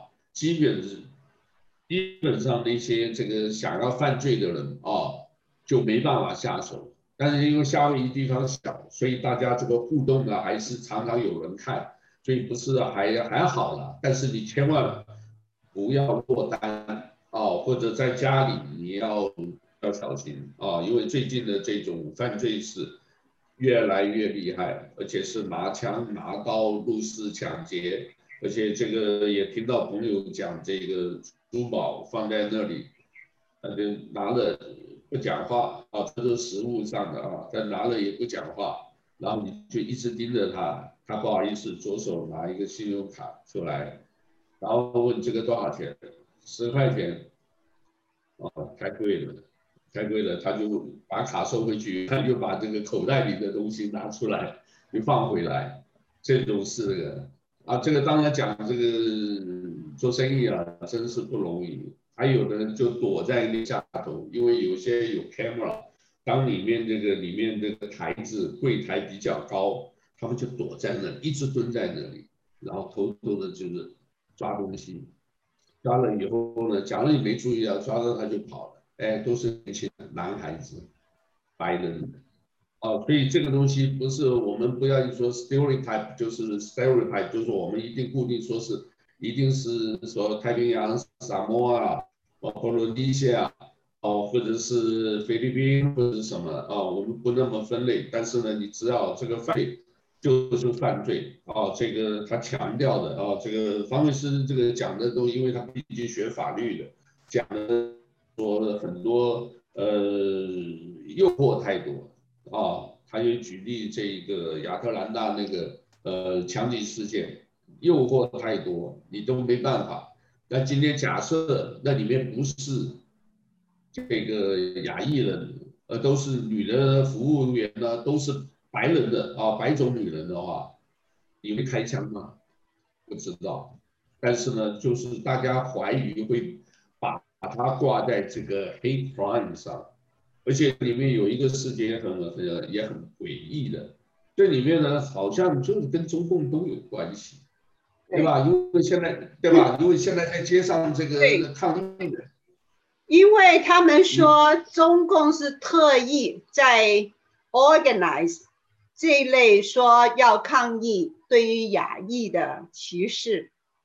基本上那些这个想要犯罪的人啊，就没办法下手。但是因为夏威夷地方小，所以大家这个互动呢还是常常有人看，所以不是还好了。但是你千万不要落单啊，或者在家里你要小心啊，因为最近的这种犯罪是越来越厉害，而且是拿枪拿刀入室抢劫。而且这个也听到朋友讲，这个珠宝放在那里，就拿了不讲话啊，这都是实物上的啊，但拿了也不讲话，然后你就一直盯着他，他不好意思，左手拿一个信用卡出来，然后问这个多少钱，10块钱，哦，太贵了。太贵了，他就把卡收回去，他就把这个口袋里的东西拿出来，就放回来，这种是这个。啊，这个当然讲这个做生意啊，真是不容易。还有的人就躲在那下头，因为有些有 camera， 当里面这个台子柜台比较高，他们就躲在那，一直蹲在那里，然后偷偷的就是抓东西，抓了以后呢，假如你没注意啊，抓到他就跑了，哎，都是年轻人，男孩子，白人。哦，所以这个东西不是我们不要说 stereotype， 就是 stereotype， 就是我们一定固定说是一定是说太平洋、萨摩亚、波罗的海哦，或者是菲律宾或者是什么哦，我们不那么分类，但是呢，你知道这个犯罪就是犯罪哦，这个他强调的哦，这个方律师这个讲的都，因为他毕竟学法律的，讲的说了很多诱惑太多。啊，他就举例这个亚特兰大那个枪击事件，诱惑太多，你都没办法。那今天假设那里面不是这个亚裔人，都是女的服务员呢，都是白人的啊，白种女人的话，你会开枪吗？不知道。但是呢，就是大家怀疑会把它挂在这个 hate crime 上。而且里面有一个事件也很诡异的，这里面呢好像就是跟中共都有关系，对吧？因为现在对吧？因为现在在街上这个抗议的， 因为他们说中共是特意在 organize 这一类说要抗议对于亚裔的歧视，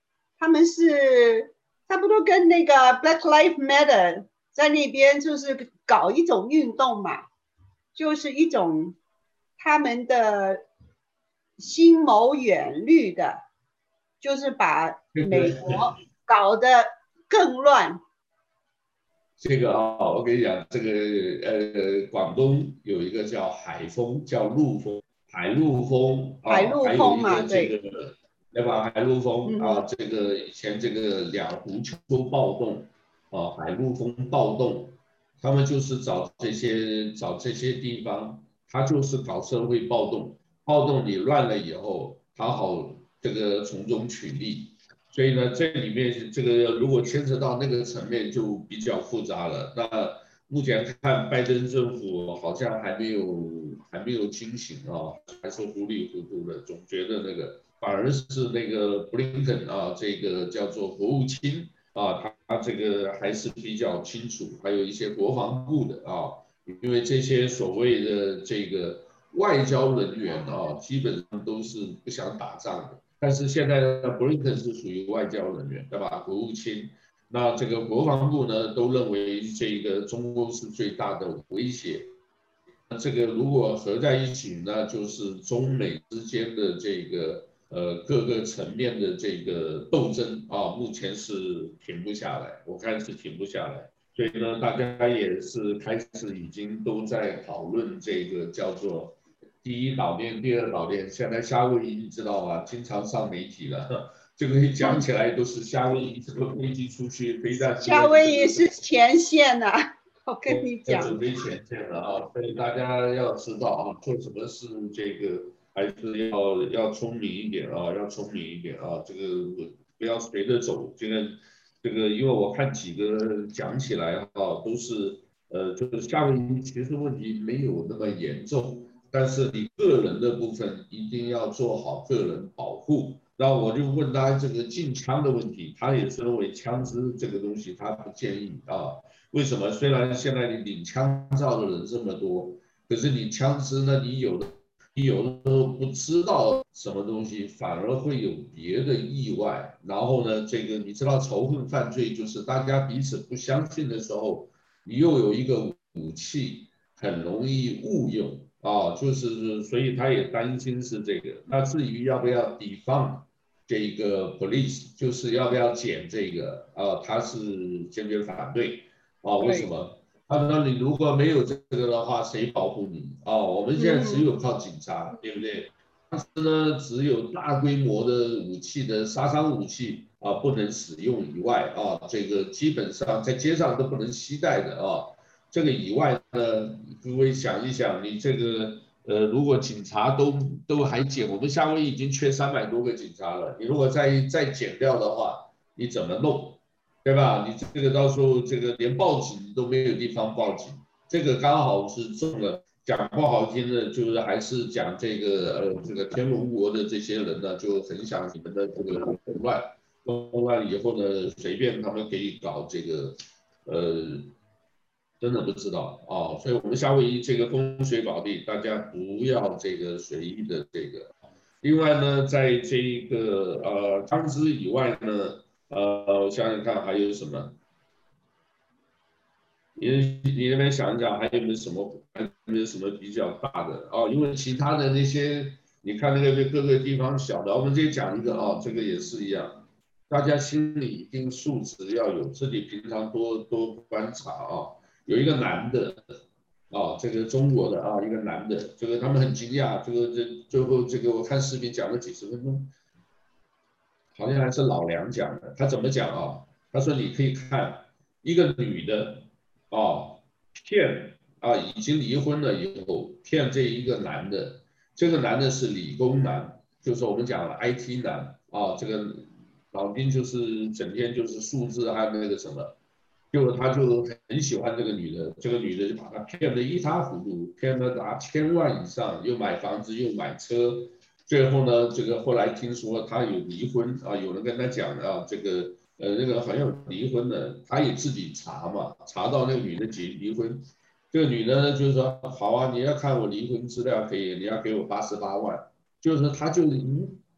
他们是差不多跟那个 Black Lives Matter 在那边就是搞一种运动嘛，就是一种他们的心谋远虑的，就是把美国搞得更乱。 这个我跟你讲，这个广东有一个叫海风，叫陆风，海陆风海陆风嘛，对。 对吧？海陆风这个以前这个两湖秋暴动海陆风暴动，他们就是找这些地方，他就是搞社会暴动，暴动你乱了以后，他好这个从中取利。所以呢，这里面这个如果牵扯到那个层面就比较复杂了。那目前看拜登政府好像还没有清醒还是糊里糊涂的，总觉得那个反而是那个布林肯这个叫做国务卿他这个还是比较清楚，还有一些国防部的因为这些所谓的这个外交人员基本上都是不想打仗的。但是现在呢，布林肯是属于外交人员，对吧？国务卿，那这个国防部呢，都认为这个中共是最大的威胁。那这个如果合在一起呢，就是中美之间的这个各个层面的这个斗争目前是停不下来，我看是停不下来。所以呢，大家也是开始已经都在讨论这个叫做。第一岛链，第二岛链，现在夏威夷你知道吗？经常上媒体了，这个一讲起来都是夏威夷这个飞机出去飞弹。 夏威夷是前线我跟你讲。 准备前线了所以大家要知道做什么事这个还是要聪明一点要聪明一点这个不要随着走。这个，因为我看几个讲起来都是就是夏威夷其实问题没有那么严重。但是你个人的部分一定要做好个人保护。然后我就问他这个禁枪的问题，他也是认为枪支这个东西他不建议为什么？虽然现在你领枪照的人这么多，可是你枪支呢，你有的时候不知道什么东西，反而会有别的意外。然后呢，这个你知道仇恨犯罪就是大家彼此不相信的时候，你又有一个武器，很容易误用。就是所以他也担心是这个。那至于要不要defund这个 police， 就是要不要减这个他是坚决反对为什么？他说你如果没有这个的话，谁保护你我们现在只有靠警察，对不对？但是呢，只有大规模的武器的杀伤武器不能使用以外这个基本上在街上都不能携带的这个以外呢，各位想一想，你这个如果警察都还减，我们夏威夷已经缺300多个警察了，你如果再减掉的话，你怎么弄，对吧？你这个到时候这个连报警都没有地方报警，这个刚好是中了。讲不好听的，就是还是讲这个天龙国的这些人呢，就很想你们的这个动乱以后呢，随便他们可以搞这个真的不知道所以我们夏威夷这个风水宝地，大家不要这个随意的这个。另外呢，在这个枪支以外呢，我想想看还有什么？你那边想一想，还有没有什么比较大的因为其他的那些，你看那个各个地方小的，我们直接讲一个这个也是一样，大家心里一定素质要有，自己平常多观察有一个男的这个中国的一个男的，这个他们很惊讶，最后这个我看视频讲了几十分钟，好像还是老梁讲的，他怎么讲他说你可以看一个女的骗已经离婚了以后骗这一个男的，这个男的是理工男，就是我们讲了 IT 男这个老丁就是整天就是数字还有那个什么，他就很喜欢这个女的，这个女的就把他骗得一塌糊涂，骗了达1000万以上，又买房子又买车，最后呢，这个后来听说他有离婚有人跟他讲这个那个好像有离婚的，他也自己查嘛，查到那个女的离婚，这个女的呢就是说好你要看我离婚资料可以，你要给我88万，就是说他就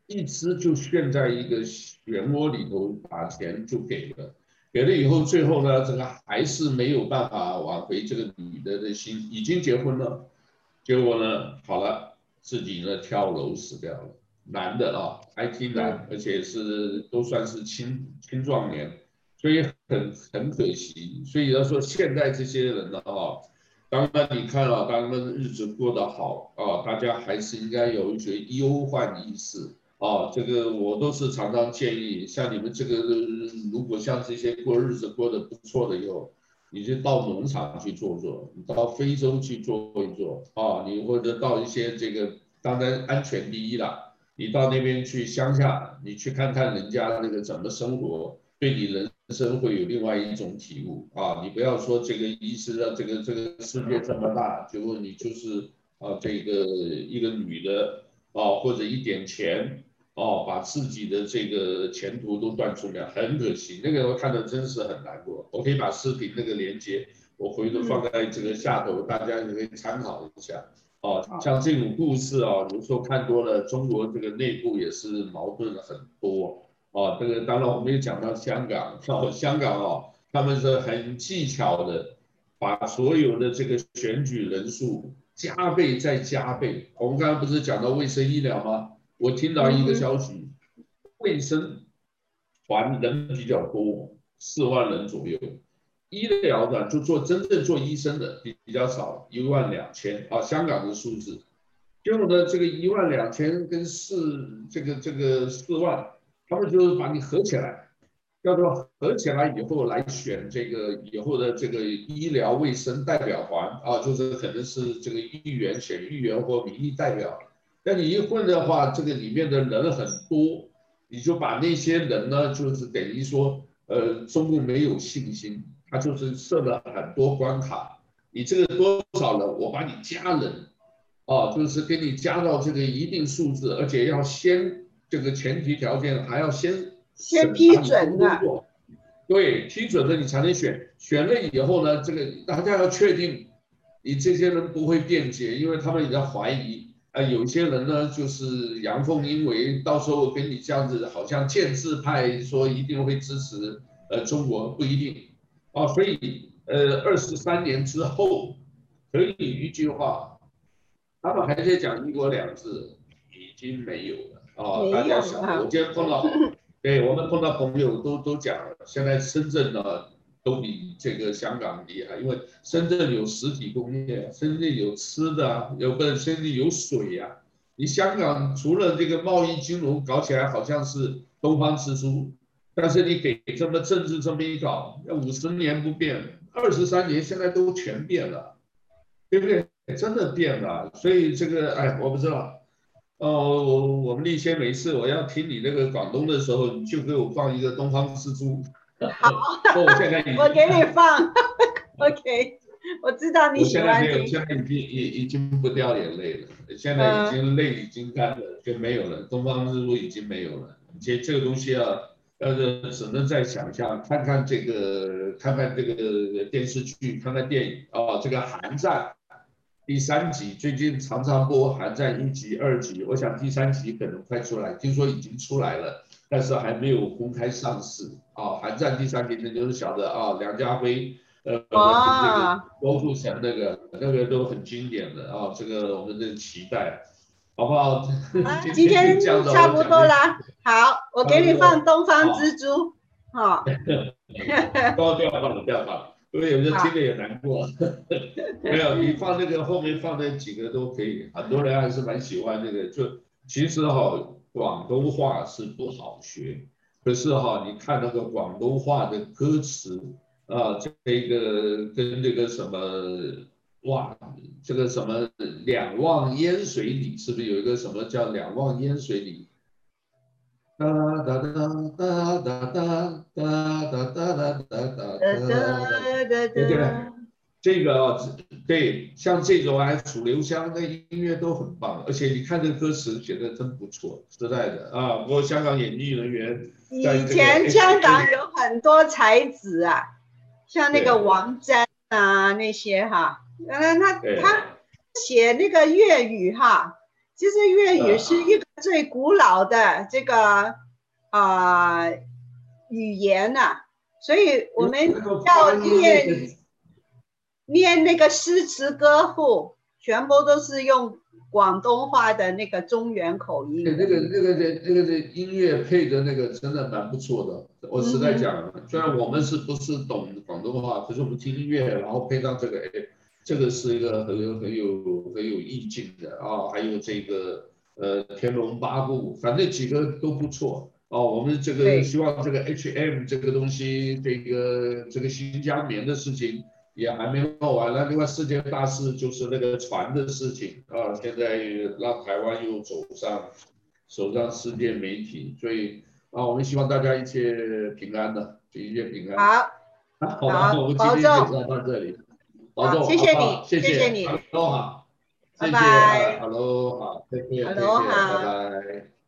一直就陷在一个漩涡里头，把钱就给了，给了以后，最后呢，这个还是没有办法挽回这个女的心，已经结婚了，结果呢，好了，自己呢跳楼死掉了，男的啊，IT 男，而且是都算是青壮年，所以很可惜，所以要说现在这些人呢啊。当然，你看啊，他们日子过得好啊，大家还是应该有一些忧患意识啊。这个我都是常常建议，像你们这个，如果像这些过日子过得不错的以后，你就到农场去做做，你到非洲去做一做啊，你或者到一些这个，当然安全第一啦，你到那边去乡下，你去看看人家那个怎么生活，对你人生会有另外一种体悟啊！你不要说这个医师啊，这个世界这么大，结果你就是这个一个女的啊，或者一点钱哦，把自己的这个前途都断出来，很可惜。那个我看的真是很难过。我可以把视频那个连接，我回头放在这个下头，大家也可以参考一下。哦，像这种故事啊，有时候看多了，中国这个内部也是矛盾很多。哦，这个当然我们也讲到香港，香港哦，他们是很技巧的，把所有的这个选举人数加倍再加倍。我们刚刚不是讲到卫生医疗吗？我听到一个消息，卫生团人比较多，4万人左右，医疗的就真正做医生的比较少，12000啊，香港的数字。结果呢，这个12000跟这个4万。他们就是把你合起来，叫做合起来以后来选这个以后的这个医疗卫生代表团啊，就是可能是这个议员选议员或民意代表。但你一混的话，这个里面的人很多，你就把那些人呢，就是等于说，中共没有信心，他就是设了很多关卡，你这个多少人，我把你加人，啊，就是给你加到这个一定数字，而且要先。这个前提条件还要先批准的， 对，批准了你才能选，选了以后呢，这个大家要确定你这些人不会辩解，因为他们也在怀疑，有一些人呢就是阳奉阴违，到时候跟你这样子，好像建制派说一定会支持中国，不一定啊，所以23年之后，可以一句话，他们还在讲一国两制，已经没有了。哦，大家想，我今天碰到，对我们碰到朋友都讲，现在深圳呢都比这个香港厉害，因为深圳有实体工业，深圳有吃的啊，深圳有水啊。你香港除了这个贸易金融搞起来好像是东方之珠，但是你给这么政治这么一搞，要50年不变，23年现在都全变了，对不对？真的变了，所以这个哎，我不知道。我们立先每次我要听你那个广东的时候，你就给我放一个东方之珠。 好，我给你放。OK， 我知道你喜欢听。 我现在已经不掉眼泪了，现在已经泪已经干了，就没有了。东方之珠已经没有了，这个东西啊，只能再想象，看看这个电视剧，看看电影啊，这个寒战。第3集最近常常播寒战1集、2集，我想第3集可能快出来，听说已经出来了，但是还没有公开上市啊。寒战第3集那就是晓得啊，梁家辉郭富城那个都很经典的啊，这个我们的期待，好不好？ 今天差不多啦，好，我给你放东方之珠，好。 不要放。因为有时候听了也难过，没有你放那个后面放那几个都可以，很多人还是蛮喜欢那个。就其实广东话是不好学，可是你看那个广东话的歌词啊，这个跟那个什么这个什么两望烟水里，是不是有一个什么叫两望烟水里？哒哒哒哒哒哒哒哒哒哒哒哒，这个对，像这种楚留香的音乐都很棒，而且你看这个歌词写的真不错，实在的啊。不过香港演艺人员， 以前香港有很多才子啊，像那个王詹啊那些哈，他写那个粤语哈。 其实粤语是一个最古老的这个语言呐，所以我们要念那个诗词歌赋，全部都是用广东话的那个中原口音。 那个音乐配的那个真的蛮不错的。我实在讲，虽然我们不是懂广东话，可是我们听音乐，然后配上这个，这个是一个很有意境的啊。还有这个天龙八部，反正几个都不错。我们这个希望这个 HM 这个东西，这个新疆棉的事情也还没弄完了。另外世界大事就是那个船的事情啊，现在让台湾又走上世界媒体，所以我们希望大家一切平安的，一切平安。好，好吧，我们今天介绍到这里，保重， 谢谢你， 谢谢你， 哈喽好，谢谢拜拜 ，Hello 好，再见， 拜拜。 拜拜。